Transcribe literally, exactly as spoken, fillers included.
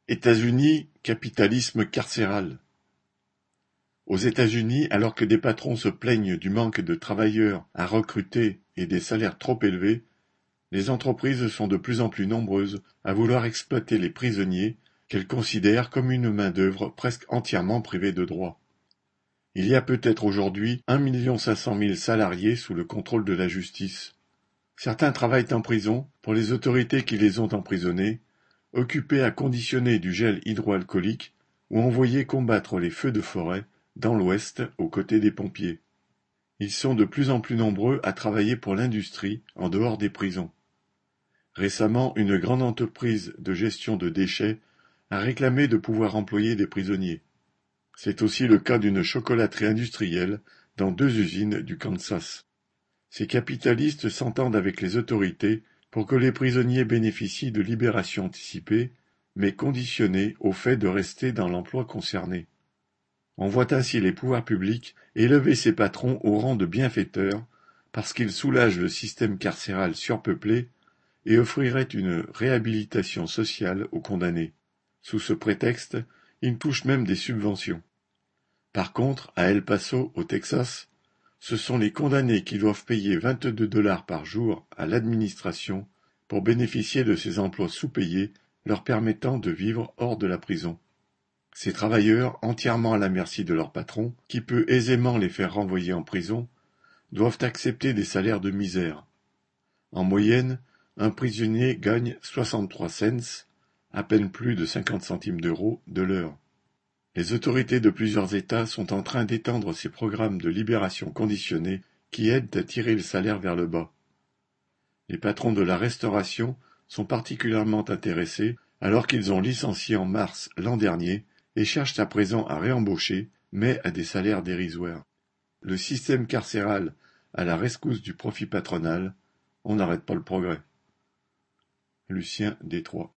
États-Unis, capitalisme carcéral. Aux États-Unis, alors que des patrons se plaignent du manque de travailleurs à recruter et des salaires trop élevés, les entreprises sont de plus en plus nombreuses à vouloir exploiter les prisonniers qu'elles considèrent comme une main-d'œuvre presque entièrement privée de droits. Il y a peut-être aujourd'hui un million cinq cent mille salariés sous le contrôle de la justice. Certains travaillent en prison pour les autorités qui les ont emprisonnés, occupés à conditionner du gel hydroalcoolique ou envoyés combattre les feux de forêt dans l'Ouest aux côtés des pompiers. Ils sont de plus en plus nombreux à travailler pour l'industrie en dehors des prisons. Récemment, une grande entreprise de gestion de déchets a réclamé de pouvoir employer des prisonniers. C'est aussi le cas d'une chocolaterie industrielle dans deux usines du Kansas. Ces capitalistes s'entendent avec les autorités pour que les prisonniers bénéficient de libération anticipée, mais conditionnée au fait de rester dans l'emploi concerné. On voit ainsi les pouvoirs publics élever ces patrons au rang de bienfaiteurs parce qu'ils soulagent le système carcéral surpeuplé et offriraient une réhabilitation sociale aux condamnés. Sous ce prétexte, ils touchent même des subventions. Par contre, à El Paso, au Texas, ce sont les condamnés qui doivent payer vingt-deux dollars par jour à l'administration pour bénéficier de ces emplois sous-payés leur permettant de vivre hors de la prison. Ces travailleurs, entièrement à la merci de leur patron, qui peut aisément les faire renvoyer en prison, doivent accepter des salaires de misère. En moyenne, un prisonnier gagne soixante-trois cents, à peine plus de cinquante centimes d'euros, de l'heure. Les autorités de plusieurs États sont en train d'étendre ces programmes de libération conditionnée qui aident à tirer le salaire vers le bas. Les patrons de la restauration sont particulièrement intéressés alors qu'ils ont licencié en mars l'an dernier et cherchent à présent à réembaucher, mais à des salaires dérisoires. Le système carcéral à la rescousse du profit patronal, on n'arrête pas le progrès. Lucien Détroit.